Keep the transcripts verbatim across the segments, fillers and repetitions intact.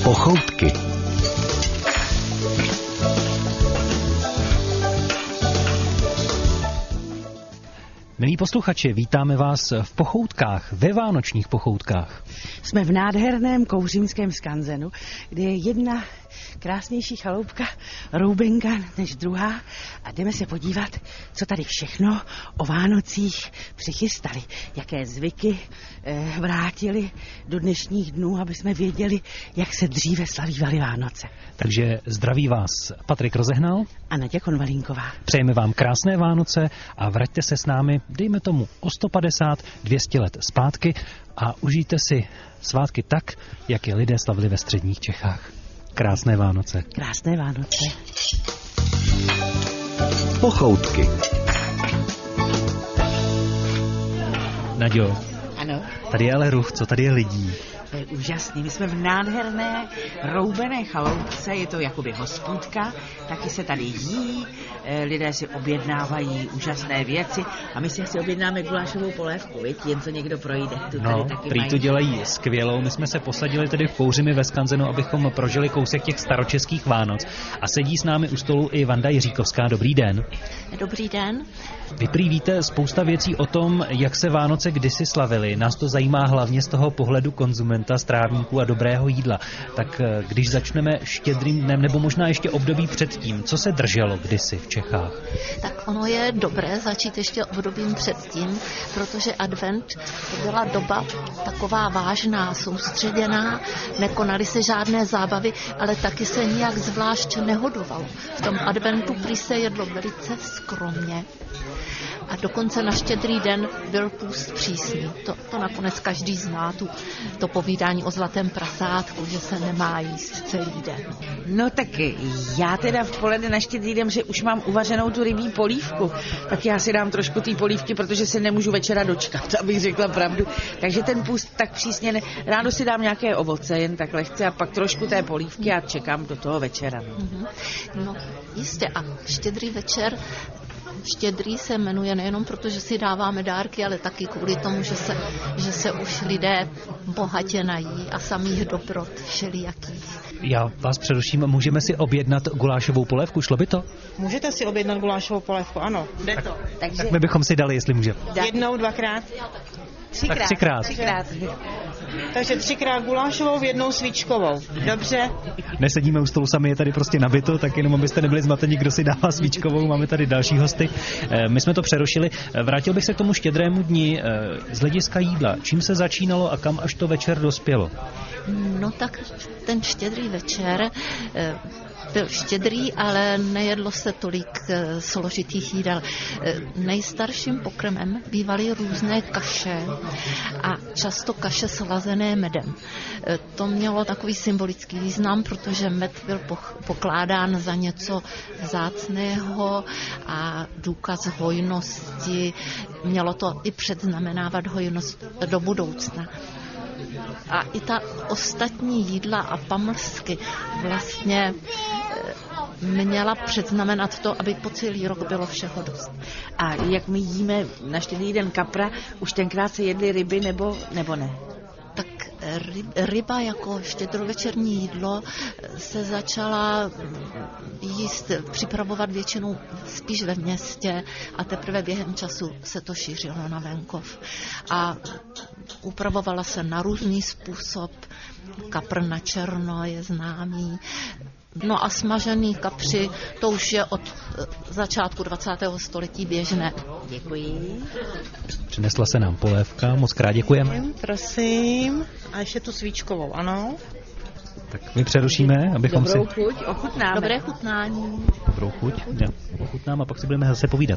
Pochoutky. Milí posluchači, vítáme vás v pochoutkách, ve vánočních pochoutkách. Jsme v nádherném kouřínském skanzenu, kde je jedna krásnější chaloupka, roubenka než druhá, a jdeme se podívat, co tady všechno o Vánocích přichystali, jaké zvyky eh, vrátili do dnešních dnů, aby jsme věděli, jak se dříve slavívaly Vánoce. Takže zdraví vás Patrik Rozehnal a Naděja Konvalínková. Přejeme vám krásné Vánoce a vraťte se s námi, dejme tomu o sto padesát dvě stě let zpátky a užijte si svátky tak, jak je lidé slavili ve středních Čechách. Krásné Vánoce. Krásné Vánoce. Pochoutky. Naďo. Ano. Tady je ale ruch, co tady je lidí. To je úžasný. My jsme v nádherné roubené chaloupce, je to jakoby hospůdka, taky se tady jí, lidé si objednávají úžasné věci a my si asi objednáme gulášovou polévku, viď? Jen co někdo projde. Tu no, tady taky prý mají. To dělají skvělou. My jsme se posadili tedy v Kouřimi ve skanzenu, abychom prožili kousek těch staročeských Vánoc. A sedí s námi u stolu i Vanda Jiříkovská. Dobrý den. Dobrý den. Vy prý víte spousta věcí o tom, jak se Vánoce kdysi slavily. Nás to zajímá hlavně z toho pohledu konzumenta, strávníků a dobrého jídla. Tak když začneme Štědrým dnem, nebo možná ještě období předtím, co se drželo kdysi v Čechách? Tak ono je dobré začít ještě obdobím předtím, protože advent to byla doba taková vážná, soustředěná, nekonaly se žádné zábavy, ale taky se nijak zvlášť nehodovalo. V tom adventu prý se jedlo velice skromně. A dokonce na Štědrý den byl půst přísný. To, to nakonec každý zná, tu, to povídání o zlatém prasátku, že se nemá jíst celý den. No tak já teda v poledne na Štědrý den, že už mám uvařenou tu rybí polívku, tak já si dám trošku té polívky, protože se nemůžu večera dočkat, abych řekla pravdu. Takže ten půst tak přísně, ne, ráno si dám nějaké ovoce, jen tak lehce, a pak trošku té polívky a čekám do toho večera. No, mm-hmm. No jistě, a Štědrý večer Štědrý se jmenuje nejenom proto, že si dáváme dárky, ale taky kvůli tomu, že se, že se už lidé bohatě nají a samých dobrot všelijakých. Já vás přeruším, můžeme si objednat gulášovou polévku, šlo by to? Můžete si objednat gulášovou polévku, ano, jde to. Takže tak my bychom si dali, jestli můžeme. Jednou, dvakrát? Třikrát. Tak třikrát. třikrát. Takže třikrát gulášovou, jednou svíčkovou. Dobře. Nesedíme u stolu sami, je tady prostě nabito, tak jenom abyste nebyli zmateni, kdo si dává svíčkovou, máme tady další hosty. My jsme to přerušili. Vrátil bych se k tomu Štědrému dni z hlediska jídla. Čím se začínalo a kam až to večer dospělo? No tak ten Štědrý večer byl štědrý, ale nejedlo se tolik složitých jídel. Nejstarším pokrmem bývaly různé kaše a často kaše slazené medem. To mělo takový symbolický význam, protože med byl pokládán za něco vzácného a důkaz hojnosti. Mělo to i předznamenávat hojnost do budoucna. A i ta ostatní jídla a pamlsky vlastně měla předznamenat to, aby po celý rok bylo všeho dost. A jak my jíme na Štědrý den kapra, už tenkrát se jedly ryby nebo, nebo ne? Tak ryba jako štědrovečerní jídlo se začala jíst, připravovat většinou spíš ve městě a teprve během času se to šířilo na venkov. A upravovala se na různý způsob. Kapr na černo je známý. No a smažený kapři, to už je od začátku dvacátého století běžné. Děkuji. Přinesla se nám polévka, moc krát děkujeme. Prosím. A ještě tu svíčkovou, ano. Tak my přerušíme, abychom Dobrou si... chuť, ochutnáme. Dobré chutnání. Dobrou chuť, já ochutnám a pak si budeme zase povídat.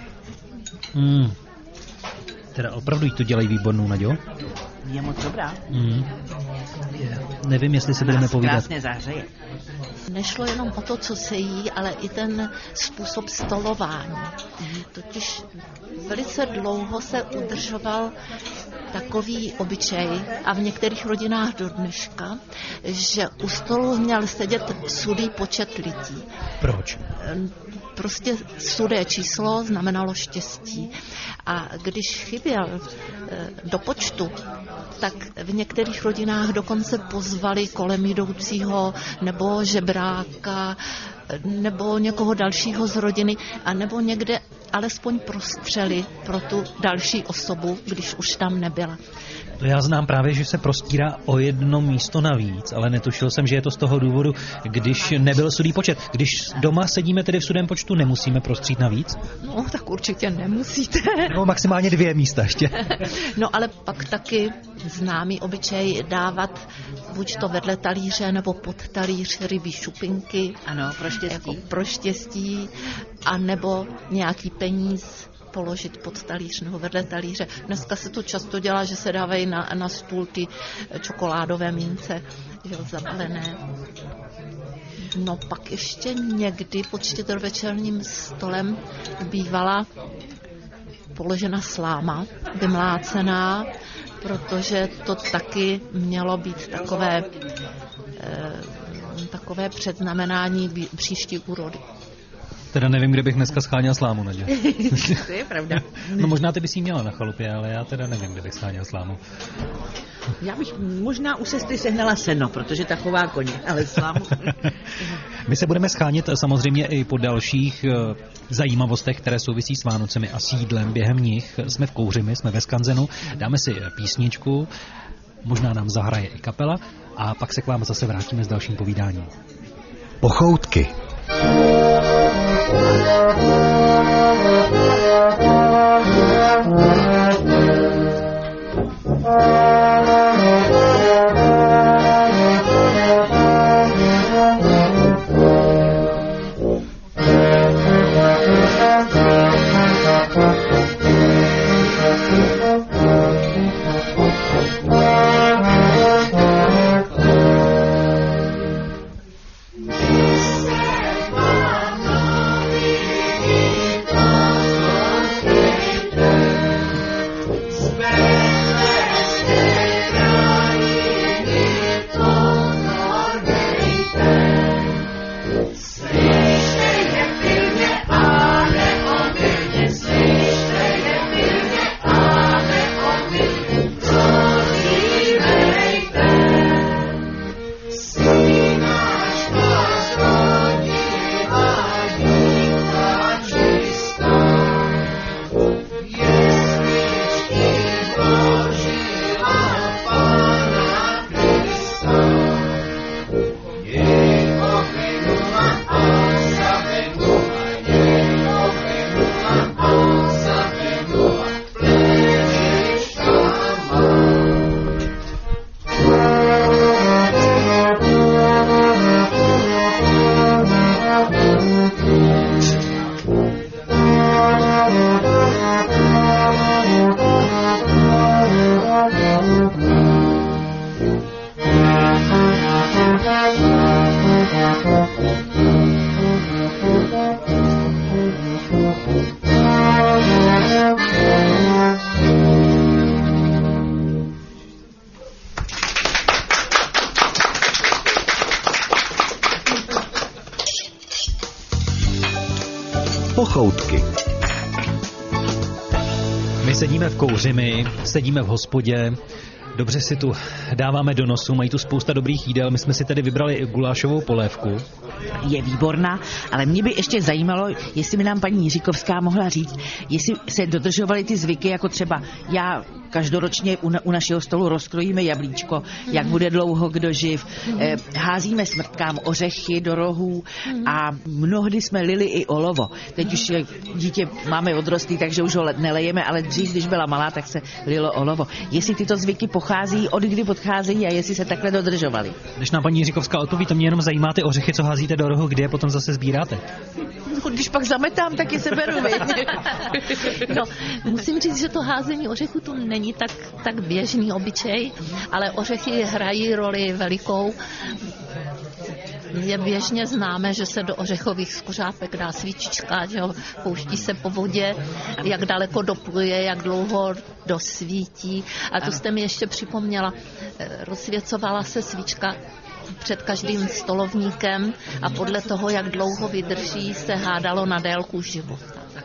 Mm. Teda opravdu jí to dělají výbornou, Naďo? Je moc dobrá. Mm. Nevím, jestli se budeme povídat. Krásně zahřeje. Nešlo jenom o to, co se jí, ale i ten způsob stolování. Totiž velice dlouho se udržoval takový obyčej a v některých rodinách do dneška, že u stolu měl sedět sudý počet lidí. Proč? Prostě sudé číslo znamenalo štěstí. A když chyběl do počtu tak v některých rodinách dokonce pozvali kolem jdoucího nebo žebráka, nebo někoho dalšího z rodiny, a nebo někde alespoň prostřeli pro tu další osobu, když už tam nebyla. To já znám právě, že se prostírá o jedno místo navíc, ale netušil jsem, že je to z toho důvodu, když nebyl sudý počet. Když doma sedíme tedy v sudém počtu, nemusíme prostřít navíc? No, tak určitě nemusíte. No, maximálně dvě místa ještě. No, ale pak taky známý obyčej dávat buď to vedle talíře, nebo pod talíř rybí šupinky. Ano, pro štěstí. Jako pro štěstí, a nebo nějaký peníz položit pod talíř nebo vedle talíře. Dneska se to často dělá, že se dávají na, na stůl ty čokoládové mince, že jo, zabalené. No pak ještě někdy pod štědrovečerním stolem bývala položena sláma, vymlácená, protože to taky mělo být takové, eh, takové předznamenání příští úrody. Teda nevím, kde bych dneska scháněl slámu, Naďo. To je pravda. No možná ty bys jí měla na chalupě, ale já teda nevím, kde bych scháněl slámu. Já bych možná u sestry sehnala seno, protože ta chová koně, ale slámu. My se budeme schánět samozřejmě i po dalších zajímavostech, které souvisí s Vánocemi a s jídlem. Během nich jsme v Kouřimi, jsme ve Skanzenu, dáme si písničku, možná nám zahraje i kapela a pak se k vám zase vrátíme s dalším povídáním. Pochoutky. Pochoutky. My sedíme v Kouřimi, sedíme v hospodě, dobře si tu dáváme do nosu, mají tu spousta dobrých jídel, my jsme si tady vybrali gulášovou polévku. Je výborná, ale mě by ještě zajímalo, jestli mi nám paní Jiříkovská mohla říct, jestli se dodržovaly ty zvyky, jako třeba já každoročně u, na, u našeho stolu rozkrojíme jablíčko, jak bude dlouho kdo živ, eh, házíme smrtkám ořechy do rohů a mnohdy jsme lili i olovo. Teď už je, dítě máme odrostlý, takže už ho nelejeme, ale dřív, když byla malá, tak se lilo olovo. Jestli tyto zvyky pochází, od kdy podcházejí a jestli se takhle dodržovaly. Když nám paní Jiříkovská odpoví, to mě jenom zajímá ty ořechy, co házíte do rohu, kdy je potom zase sbíráte. Když pak zametám, tak je seberu. No, musím říct, že to házení ořechů tu není tak, tak běžný obyčej, ale ořechy hrají roli velikou. Je běžně známe, že se do ořechových skořápek dá svíčička, že ho pouští se po vodě, jak daleko dopluje, jak dlouho dosvítí. A to jste mi ještě připomněla, rozsvěcovala se svíčka před každým stolovníkem a podle toho, jak dlouho vydrží, se hádalo na délku života.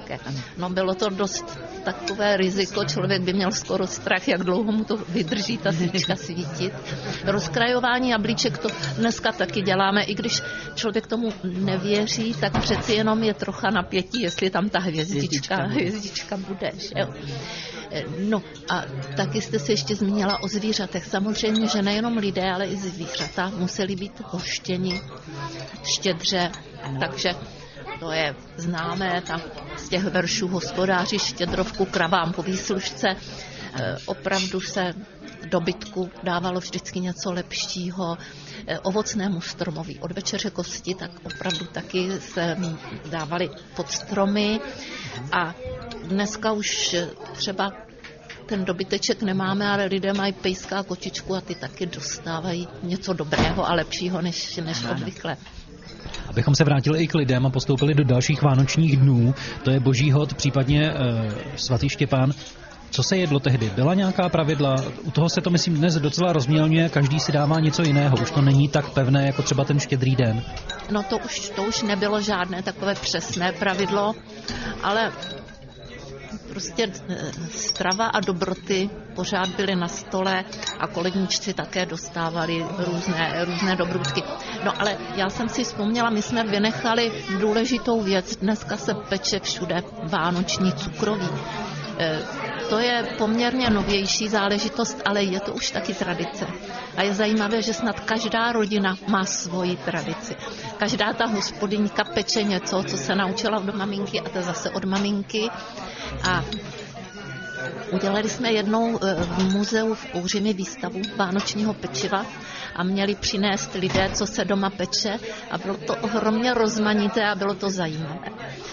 také. No bylo to dost takové riziko, člověk by měl skoro strach, jak dlouho mu to vydrží ta svíčka svítit. Rozkrajování jablíček to dneska taky děláme, i když člověk tomu nevěří, tak přeci jenom je trocha napětí, jestli tam ta hvězdička, hvězdička bude. Že? No a taky jste se ještě zmínila o zvířatech. Samozřejmě, že nejenom lidé, ale i zvířata museli být hoštěni štědře, takže to je známé, tam z těch veršů hospodáři štědrovku kravám po výslužce. E, opravdu se dobytku dávalo vždycky něco lepšího. E, ovocnému stromovi od večeře kosti, tak opravdu taky se dávali pod stromy. A dneska už třeba ten dobyteček nemáme, ale lidé mají pejska a kočičku a ty taky dostávají něco dobrého a lepšího než, než obvykle. Abychom se vrátili i k lidem a postoupili do dalších vánočních dnů, to je Boží hod, případně e, svatý Štěpán. Co se jedlo tehdy? Byla nějaká pravidla? U toho se to, myslím, dnes docela rozmělňuje, každý si dává něco jiného. Už to není tak pevné, jako třeba ten Štědrý den. No to už, to už nebylo žádné takové přesné pravidlo, ale prostě strava a dobroty pořád byly na stole a koledníčci také dostávali různé, různé dobrůdky. No ale já jsem si vzpomněla, my jsme vynechali důležitou věc. Dneska se peče všude vánoční cukroví. To je poměrně novější záležitost, ale je to už taky tradice. A je zajímavé, že snad každá rodina má svoji tradici. Každá ta hospodyňka peče něco, co se naučila od maminky a to zase od maminky. A udělali jsme jednou v muzeu v Kouřimi výstavu vánočního pečiva a měli přinést lidé, co se doma peče a bylo to ohromně rozmanité a bylo to zajímavé.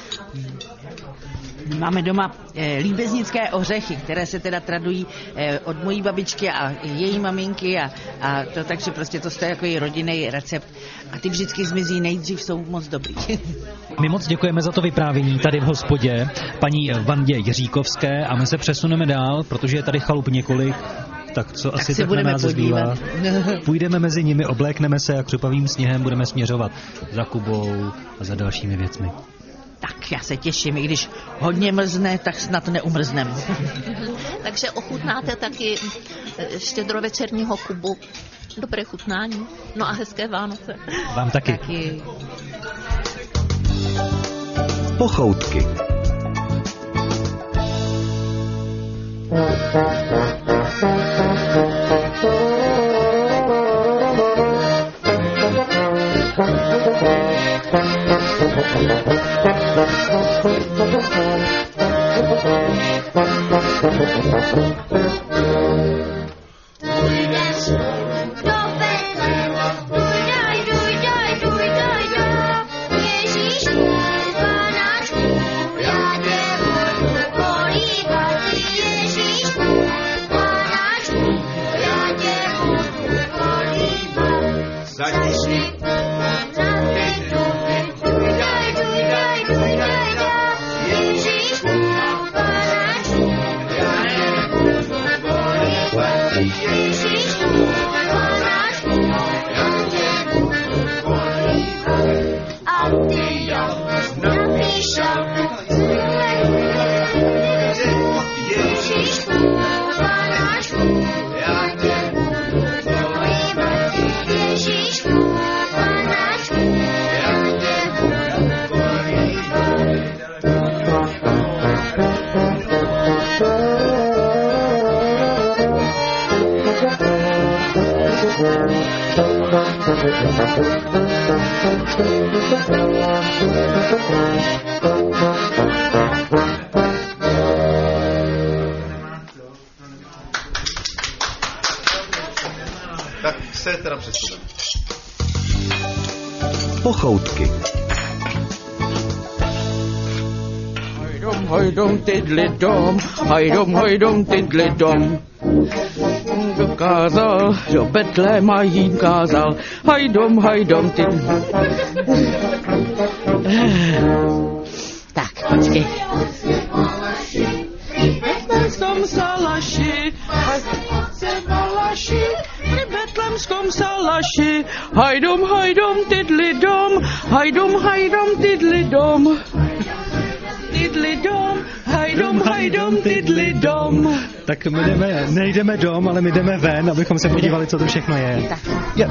Máme doma e, líbeznické ořechy, které se teda tradují e, od mojí babičky a její maminky a, a to takže prostě to stojí jako rodinný recept a ty vždycky zmizí nejdřív, jsou moc dobrý. My moc děkujeme za to vyprávění tady v hospodě paní Vandě Jiříkovské a my se přesuneme dál, protože je tady chalup několik. Tak co tak asi tak na nás zbývá. Půjdeme mezi nimi, oblékneme se a křupavým sněhem budeme směřovat za Kubou a za dalšími věcmi. Tak já se těším, i když hodně mrzne, tak snad neumrzneme. Takže ochutnáte taky štědrovečerního Kubu. Dobré chutnání. No a hezké Vánoce. Vám taky. taky. Pochoutky. Tak se teda přesuneme. Pochoutky. Hajdom, hajdom, tydli dom, hajdom, hajdom, tydli dom. Dokázal, do Betléma jím kázal, hajdom, hajdom, tydli. Tak, počkej. Betlémskom salaši, salaši, pri betlémskom salaši, hajdom, hajdom, tydli dom, hajdom, hajdom, tydli dom. tydli dom, hajdom, hajdom, tydli dom. Tak my jdeme, nejdeme dom, ale my jdeme ven, abychom se podívali, co to všechno je. Je,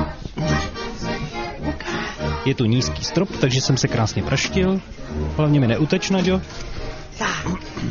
je tu nízký strop, takže jsem se krásně praštil. Hlavně mi neuteč, Naďo. Tak.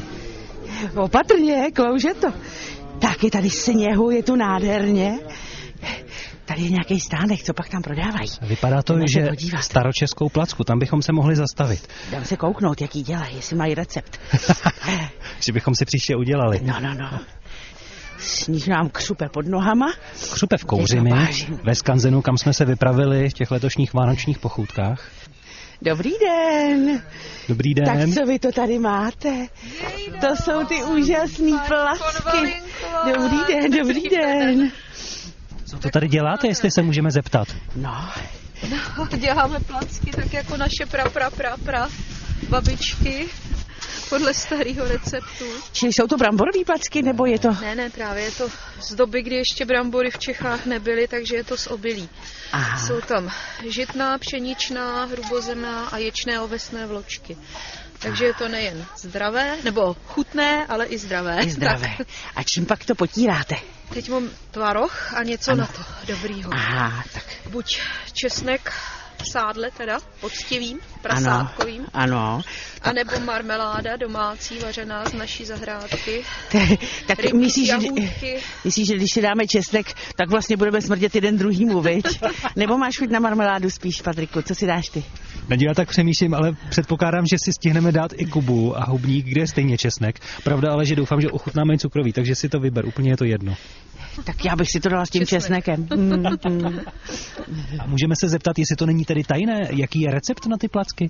Opatrně, klouže to. Tak je tady sněhu, je tu nádherně. Tady je nějaký stánek, co pak tam prodávají. Vypadá to, že podívat. staročeskou placku, tam bychom se mohli zastavit. Dám se kouknout, jaký dělají, jestli mají recept. Že bychom si příště udělali. No, no, no. Sníh nám křupe pod nohama. Křupe v Kouřimi, ve skanzenu, kam jsme se vypravili v těch letošních vánočních pochůtkách. Dobrý den. Dobrý den. Tak co vy to tady máte? To jsou ty úžasný plasky. Dobrý den, dobrý den. Co to tady děláte, jestli se můžeme zeptat? No. No, děláme placky tak jako naše pra, pra, pra, pra babičky podle starého receptu. Čili jsou to bramborový placky, nebo je to... Ne, ne, právě je to z doby, kdy ještě brambory v Čechách nebyly, takže je to z obilí. Aha. Jsou tam žitná, pšeničná, hrubozemná a ječné ovesné vločky. Takže je to nejen zdravé, nebo chutné, ale i zdravé. I zdravé. Tak. A čím pak to potíráte? Teď mám tvaroh a něco ano. Na to dobrýho. Aha, tak. Buď česnek v sádle teda, poctivým, prasátkovým. Ano, ano. A nebo marmeláda domácí, vařená z naší zahrádky. Te, tak Rybí, myslíš, že, jahůdky. myslíš, že když si dáme česnek, tak vlastně budeme smrdět jeden druhýmu, viď? Nebo máš chuť na marmeládu spíš, Patriku? Co si dáš ty? Naději, já tak přemýšlím, ale předpokládám, že si stihneme dát i kubu a hubník, kde je stejně česnek. Pravda, ale že doufám, že ochutnáme i cukrový, takže si to vyber, úplně je to jedno. Tak já bych si to dala s tím Česnek. česnekem. Mm, mm. A můžeme se zeptat, jestli to není tedy tajné, jaký je recept na ty placky?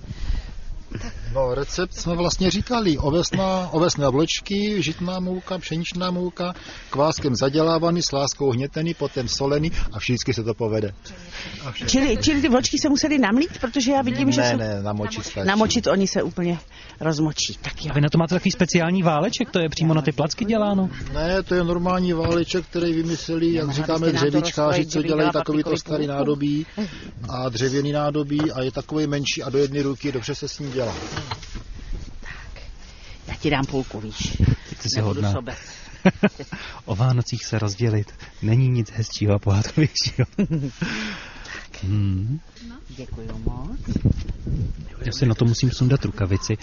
No, recept jsme vlastně říkali. Ovesná, ovesné vločky, žitná mouka, pšeničná mouka, kváskem zadělávaný, s láskou hnětený, potom solený a vždycky se to povede. Čili, čili ty vločky se museli namlít, protože já vidím, ne, že ne, jsou... Ne, namočit stačí. Namočit, oni se úplně rozmočí. Tak jo. A vy na to máte takový speciální váleček, to je přímo na ty placky děláno? Ne, to je normální váleček, který vymysleli, jak říkáme, dřevíčkáři, co dělají takovýto starý nádobí a dřevěný nádobí a je takový menší a do jedné ruky dobře se s ním dělá. Tak, já ti dám půlku, víš. Ty jsi hodná. O Vánocích se rozdělit není nic hezčího a pohádkovějšího. Hmm. Děkuju moc. Já si na to musím sundat rukavici.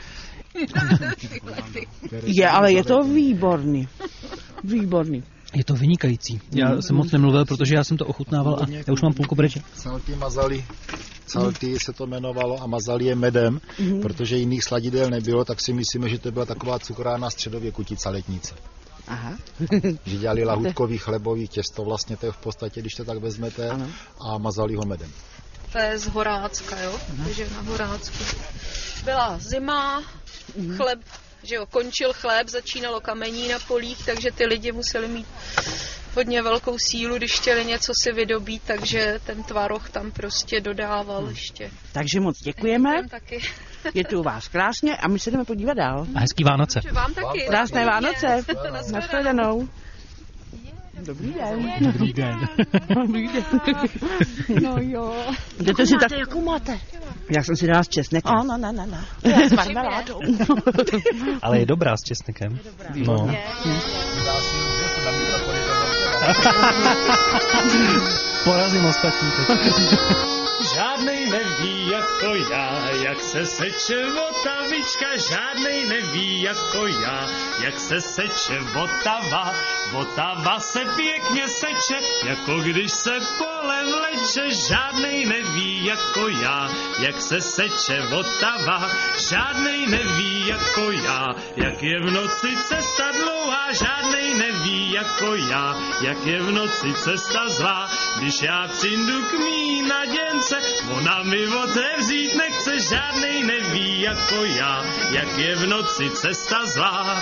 Je, ale je to výborný. Výborný. Je to vynikající. Já jsem moc nemluvil, protože já jsem to ochutnával a já už mám půlku breče. Salty mazali, salty se to jmenovalo a mazali je medem, mm. protože jiných sladidel nebylo, tak si myslíme, že to byla taková cukrárna středověku, ti caletnice. Aha. Že dělali lahůdkový chlebový těsto, vlastně to je v podstatě, když to tak vezmete, ano. A mazali ho medem. To je z Horácka, jo? Aha. Takže na Horácku byla zima, chleb, že jo, končil chléb, začínalo kamení na polích, takže ty lidi museli mít hodně velkou sílu, když chtěli něco si vydobít, takže ten tvaroh tam prostě dodával hmm. ještě. Takže moc děkujeme. Děkujem taky. Je tu u vás krásně a my se jdeme podívat dál. A hezký Vánoce. Vám taky. Krásné Vánoce. Nashledanou. Dobrý den. Dobrý den. Dobrý den. No jo. Jdete si tak... Jakou máte? Já jsem si dala s česnekem. Ano, ne, ne, ne. S marmeládou. Ale je dobrá s česnekem. Je dobrá. No. Je. Porazím ostatní teď. Žádnej neví jako já, jak se seče votavička, žádnej neví jako já, jak se seče votava. Votava se pěkně seče, jako když se polem leče, žádnej neví jako já, jak se seče votava. Žádnej neví jako já, jak je v noci cesta dlouhá, žádnej neví jako já, jak je v noci cesta zlá. Když já přijdu k mý naděnce, ona mi otevřít nechce, žádnej neví jako já, jak je v noci cesta zlá.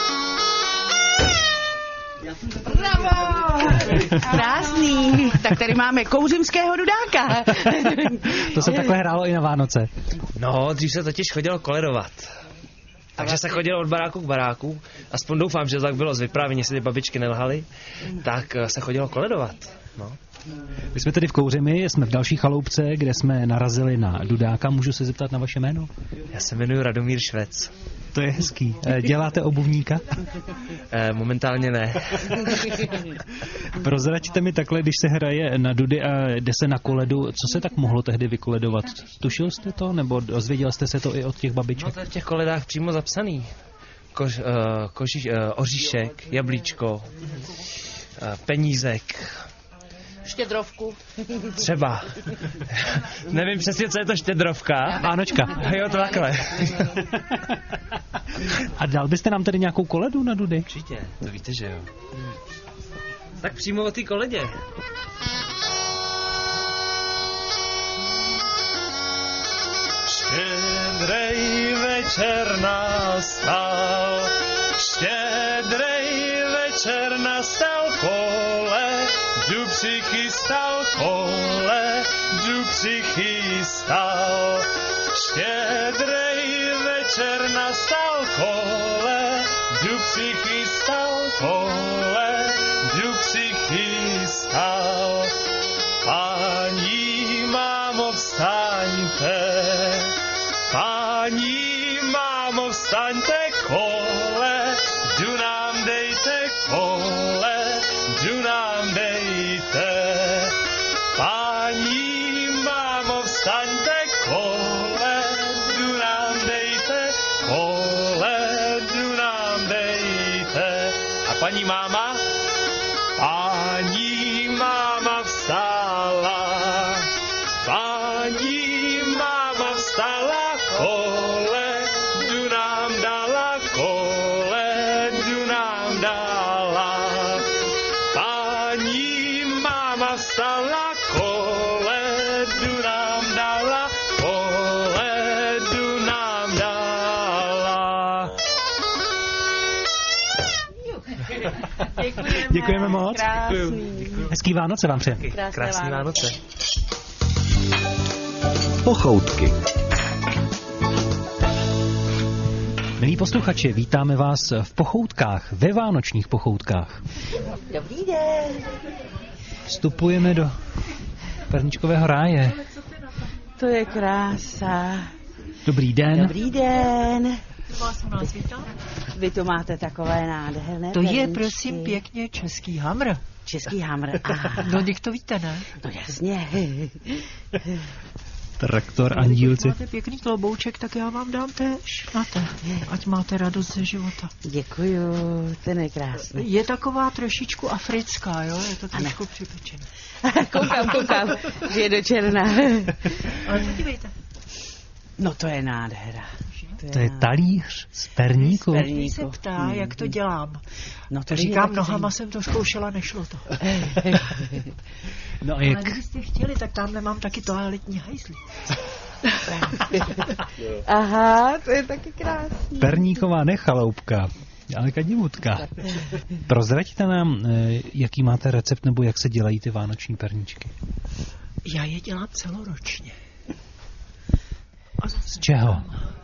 Bravo! Krásný. Tak tady máme kouřimského dudáka. To se takhle hrálo i na Vánoce. No, dřív se totiž chodilo koledovat. Takže se chodilo od baráku k baráku. Aspoň doufám, že to tak bylo z vyprávění, jestli ty babičky nelhaly. Tak se chodilo koledovat. No. My jsme tedy v Kouřimi, jsme v další chaloupce, kde jsme narazili na dudáka. Můžu se zeptat na vaše jméno? Já se jmenuji Radomír Švec. To je hezký. Děláte obuvníka? E, momentálně ne. Prozraďte mi takhle, když se hraje na dudy a jde se na koledu, co se tak mohlo tehdy vykoledovat? Tušil jste to, nebo dozvěděl jste se to i od těch babiček? No to je v těch koledách přímo zapsaný. Kož, uh, kožiš, uh, oříšek, jablíčko, uh, penízek. Štědrovku. Třeba. Nevím přesně, co je to štědrovka. Vánočka. Jo, to takhle. A dal byste nám tedy nějakou koledu na dudy? Určitě, to víte, že jo. Hmm. Tak přímo o té koledě. Štědrej večer nastal, štědrej večer nastal, kole, jdu přichystal, kole, jdu přichystal. Štědrej večer nastal, kole, jdu přichystal, kole, jdu přichystal. Paní mámo, vstaňte, paní mámo, vstaňte, kole, jdu nám dejte, kole, jdu nám dejte. Paní mámo, vstaňte, kole, jdu nám dejte, kole, jdu nám dejte. A paní máma? Paní máma vstala, paní máma vstala, kole, jdu nám dala, kole, jdu nám dala. Paní máma vstala, kole, jdu nám dala, kole, jdu nám dala. Děkujeme. Děkujeme moc. Krásný. Hezký Vánoce vám přeji. Krásné Krásný Vánoce. Pochoutky. Milí posluchači, vítáme vás v pochoutkách, ve vánočních pochoutkách. Dobrý den. Vstupujeme do perničkového ráje. To je krása. Dobrý den. Dobrý den. Vás u nás vítám. Vy to máte takové nádherné To je, perničky. prosím, pěkně český hamr. Český hamr. Aha. No, když to víte, ne? No jasně. Traktor, andílci. Máte pěkný klobouček, tak já vám dám též. Máte, ať máte radost ze života. Děkuju, ten je krásný. Je taková trošičku africká, jo? Je to trošku připečené. koukám, koukám, že je do černá. Ale podívejte. No to je nádhera. To je talíř z perníku. Každý se ptá, jak to dělám. No to říkám, nohama jsem to zkoušela, nešlo to. No a jak... Ale kdybyste chtěli, tak tamhle mám taky toaletní hajzlí. Aha, to je taky krásný. Perníková nechaloupka, ale kadivutka. Prozraďte nám, jaký máte recept, nebo jak se dělají ty vánoční perníčky. Já je dělám celoročně. Z čeho?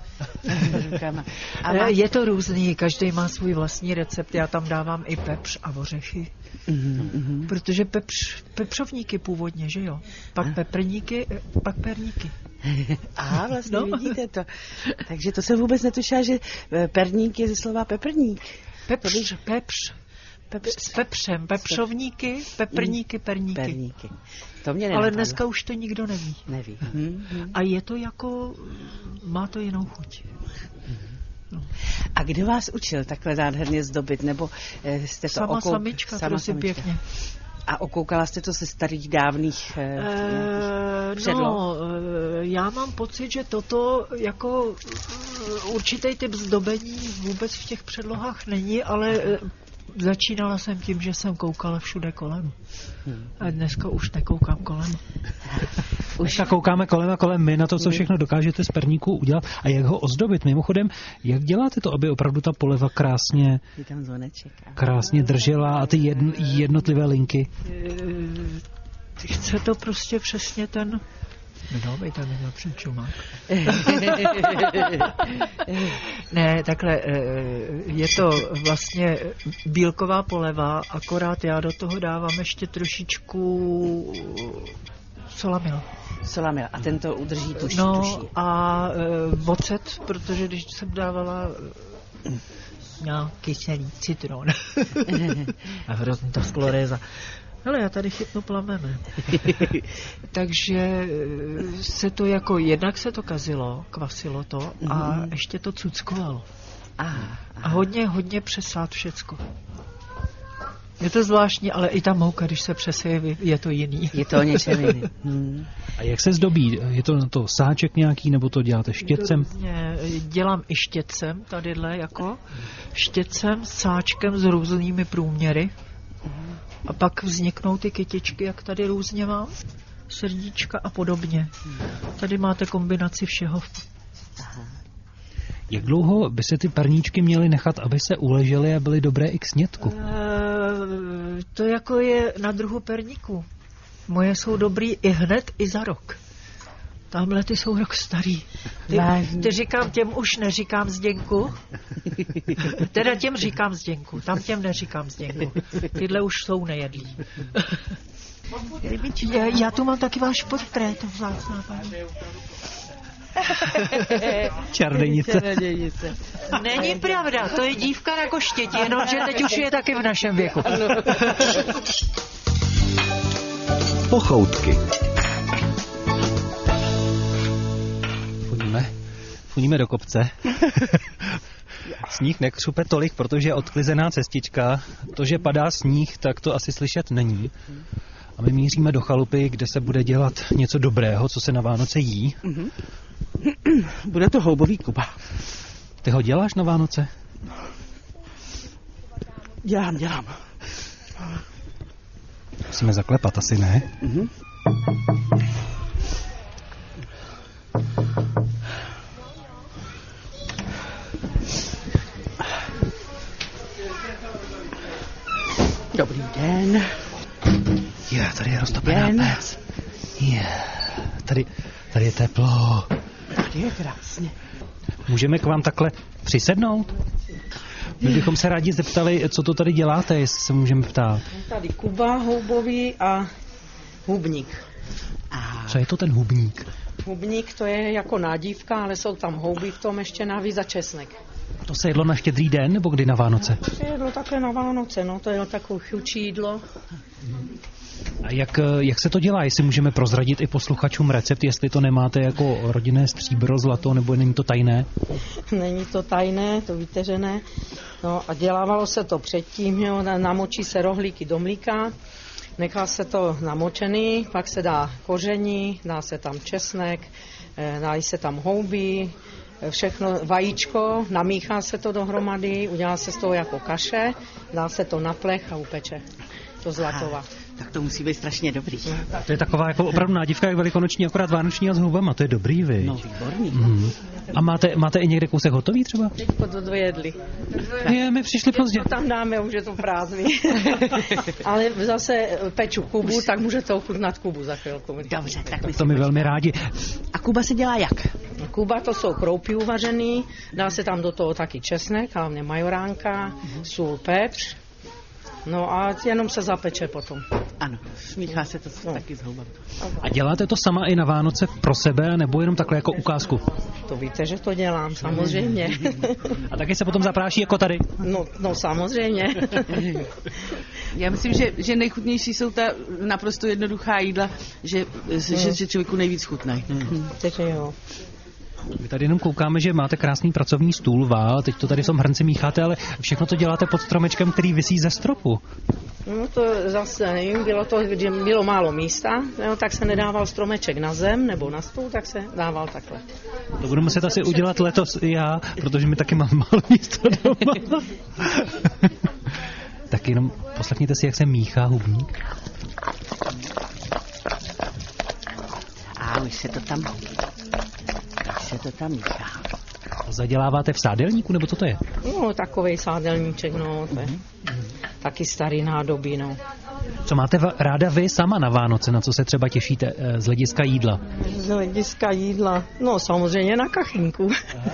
A je to různý, každý má svůj vlastní recept, já tam dávám i pepř a ořechy. Mm-hmm. Protože pepř, pepřovníky původně, že jo? Pak peprníky, pak perníky. A vlastně no. Vidíte to. Takže to jsem vůbec netušila, že perník je ze slova peprník. Pepř, pepř. Pepř, s pepřem, pepřovníky, peprníky, perníky. perníky. To mě ale dneska už to nikdo neví. Neví. Hmm. A je to jako, má to jinou chuť. No. A kdo vás učil takhle nádherně zdobit? Nebo jste to Sama okou... samička, Sama prosím samička. Pěkně. A okoukala jste to se starých dávných e, předloh? No, já mám pocit, že toto jako určitý typ zdobení vůbec v těch předlohách není, ale začínala jsem tím, že jsem koukala všude kolem. A dneska už nekoukám kolem. Už tak koukáme kolem a kolem my na to, co všechno dokážete z perníku udělat a jak ho ozdobit. Mimochodem, jak děláte to, aby opravdu ta poleva krásně, krásně držela a ty jedn, jednotlivé linky? Chce to prostě přesně ten... Nedávejte mi na přečumák. Ne, takhle, je to vlastně bílková poleva, akorát já do toho dávám ještě trošičku solamil. Solamil. A ten to udrží tuší. No tuší. a e, ocet, protože když jsem dávala no, kyselý citron a hrozně ta skloréza. Hele, já tady chytnu plamene. Takže se to jako, jednak se to kazilo, kvasilo to a ještě to cuckovalo. A hodně, hodně přesát všecko. Je to zvláštní, ale i ta mouka, když se přeseje, je to jiný. Je to něčem jiný. Hmm. A jak se zdobí? Je to na to sáček nějaký, nebo to děláte štětcem? To dělám i štětcem, tadyhle jako. Štětcem, sáčkem s různými průměry. A pak vzniknou ty kytičky, jak tady různě mám. Srdíčka a podobně. Tady máte kombinaci všeho. Aha. Jak dlouho by se ty perníčky měly nechat, aby se uležely a byly dobré i k snědku? E, to jako je na druhu perníku. Moje jsou dobrý i hned, i za rok. Tamhle ty jsou rok starý. Ty, ty říkám, těm už neříkám Zděnku. Teda těm říkám Zděnku, tam těm neříkám Zděnku. Tyhle už jsou nejedlí. já, já tu mám taky váš portrét, vzácná paní. Čarodějnice. Není pravda, to je dívka na koštěti, jenomže teď už je taky v našem věku. Pochoutky. Funíme, funíme do kopce. Sníh nekřupe tolik, protože je odklizená cestička. To, že padá sníh, tak to asi slyšet není. A my míříme do chalupy, kde se bude dělat něco dobrého, co se na Vánoce jí. Mm-hmm. Bude to houbový kuba. Ty ho děláš na Vánoce? Dělám, dělám. Musíme zaklepat, asi ne? Mm-hmm. Dobrý den. Je, yeah, tady je roztopená pec. Je, yeah, tady, tady je teplo. Tady je krásně. Můžeme k vám takhle přisednout? My bychom se rádi zeptali, co to tady děláte, jestli se můžeme ptát. Tady kuba houbový a hubník. A... Co je to ten hubník? Hubník to je jako nádívka, ale jsou tam houby v tom ještě navíc a česnek. To se jedlo na Štědrý den, nebo kdy na Vánoce? To je jedlo takhle na Vánoce, no, to je takové chůčí jídlo. A jak, jak se to dělá? Jestli můžeme prozradit i posluchačům recept, jestli to nemáte jako rodinné stříbro, zlato, nebo není to tajné? Není to tajné, to víte, že ne. No a dělávalo se to předtím, jo, namočí se rohlíky do mlíka, nechá se to namočený, pak se dá koření, dá se tam česnek, dají se tam houby, všechno, vajíčko, namíchá se to dohromady, udělá se z toho jako kaše, dá se to na plech a upeče. To zlatova. Tak to musí být strašně dobrý. To je taková jako opravdu nádivka, jak velikonoční, akorát vánoční a s houbama. To je dobrý, vy. No, výborný. Mm. A máte, máte i někde kousek hotový třeba? Teď to dojedli. Je, my přišli pozdě. To tam dáme, už je to prázdný. Ale zase peču kubu, tak můžete ochutnat kubu za chvilku. Dobře, tak my to my velmi rádi. A kuba se dělá jak? Kuba to jsou kroupy uvařený, dá se tam do toho taky česnek, hlavně majoránka, sůl, pepř. No a jenom se zapeče potom. Ano, smíchá se to no. taky s houbami. A děláte to sama i na Vánoce pro sebe, nebo jenom takhle jako ukázku? To víte, že to dělám, samozřejmě. A taky se potom zapráší jako tady? No, no samozřejmě. Já myslím, že, že nejchutnější jsou ta naprosto jednoduchá jídla, že, že, že člověku nejvíc chutnají. Hmm. Takže jo. My tady jenom koukáme, že máte krásný pracovní stůl, vál, teď to tady v tom hrnci mícháte, ale všechno to děláte pod stromečkem, který visí ze stropu. No to zase nevím, bylo to, když bylo málo místa, no, tak se nedával stromeček na zem nebo na stůl, tak se dával takhle. To budu muset asi udělat letos i já, protože mi taky mám málo místa doma. Tak jenom poslechněte si, jak se míchá hubník. A už se to tam... se to tam míchá. Zaděláváte v sádelníku, nebo co to je? No, takovej sádelníček, no, to je mm-hmm. taky starý nádoby, no. Co máte v- ráda vy sama na Vánoce, na co se třeba těšíte z hlediska jídla? Z hlediska jídla? No, samozřejmě na kachinku.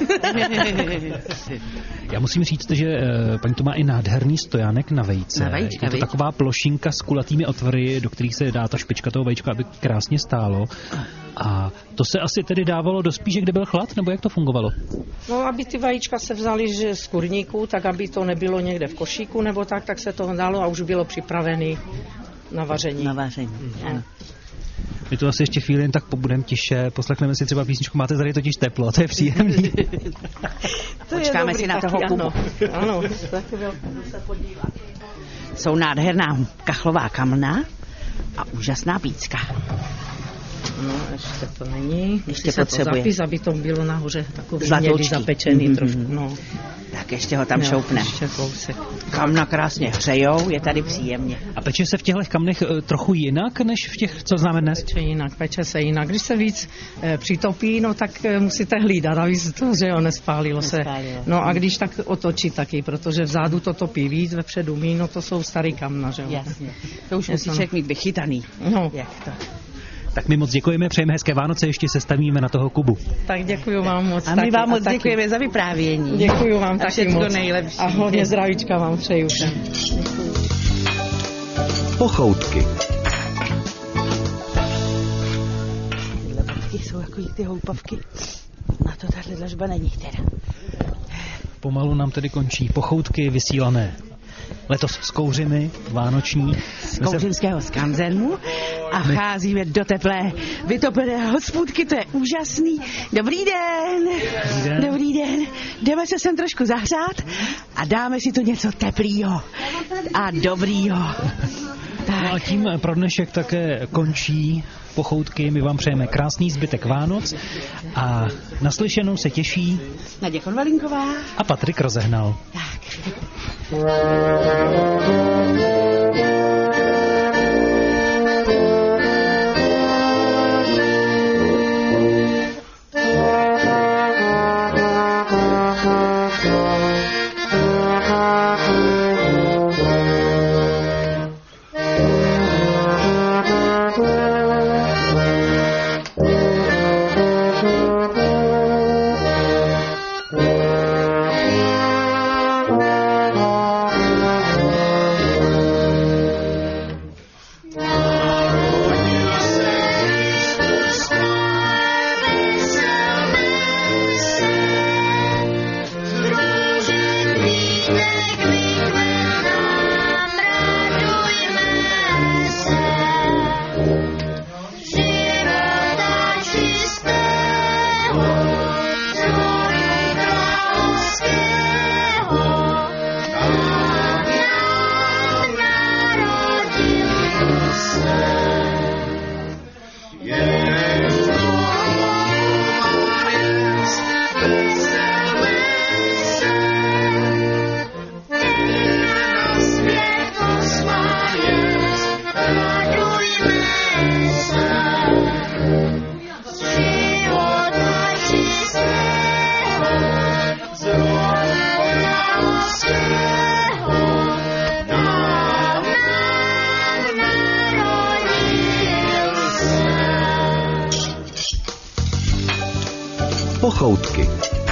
Já musím říct, že paní to má i nádherný stojánek na vejce. Na vajíčka, je to viď? taková plošinka s kulatými otvory, do kterých se dá ta špička toho vajíčka, aby krásně stálo. A to se asi tedy dávalo do spíže, kde byl chlad, nebo jak to fungovalo? No, aby ty vajíčka se vzaly že z kurníku, tak aby to nebylo někde v košíku nebo tak, tak se to dalo a už bylo připravené na vaření. Na vaření, ano. My tu asi ještě chvíli jen tak pobudeme tiše, poslechneme si třeba písničku, máte tady totiž teplo, to je příjemný. To Počkáme je si na toho Kubu. Ano, ano, taky byl se podívat. Jsou nádherná kachlová kamna a úžasná pícka. No, ještě to není. Ještě se potřebuje. To zapis, aby to bylo nahoře takový zlatoučký, zapečený mm-hmm. trošku. No. Tak ještě ho tam no, šoupne. Ještě kousek. Kamna krásně hřejou, je tady příjemně. A peče se v těchto kamnech trochu jinak, než v těch, co známe dnes? Peče jinak, peče se jinak. Když se víc e, přitopí, no tak e, musíte hlídat, aby se to, že jo, nespálilo, nespálilo se. No a když tak otočí taky, protože vzadu to topí víc, vepředu míň, no to jsou starý kamna, že jo. Jasně. To už musí člověk mít vychytaný. No. Jak to? Tak my moc děkujeme, přejeme hezké Vánoce, ještě se stavíme na toho Kubu. Tak děkuju vám moc. A my vám moc děkujeme taky za vyprávění. Děkuju vám a taky moc. Nejlepší. A hodně zdravíčka vám přeju. Pochoutky. Tyhle bodky jsou jako ty houpavky. Na to tahle dlažba není teda. Pomalu nám tedy končí pochoutky vysílané letos s kouřimi, vánoční. Z kouřinského skanzenu a vcházíme do teplé vytopené hospůdky, to je úžasný. Dobrý den. Dobrý den. Dobrý den. Jdeme se sem trošku zahřát a dáme si tu něco teplýho a dobrýho. Tak. No a tím pro dnešek také končí pochoutky. My vám přejeme krásný zbytek Vánoc a naslyšenou se těší Naděja Konvalinková a Patrik Rozehnal. Tak. Pochoutky.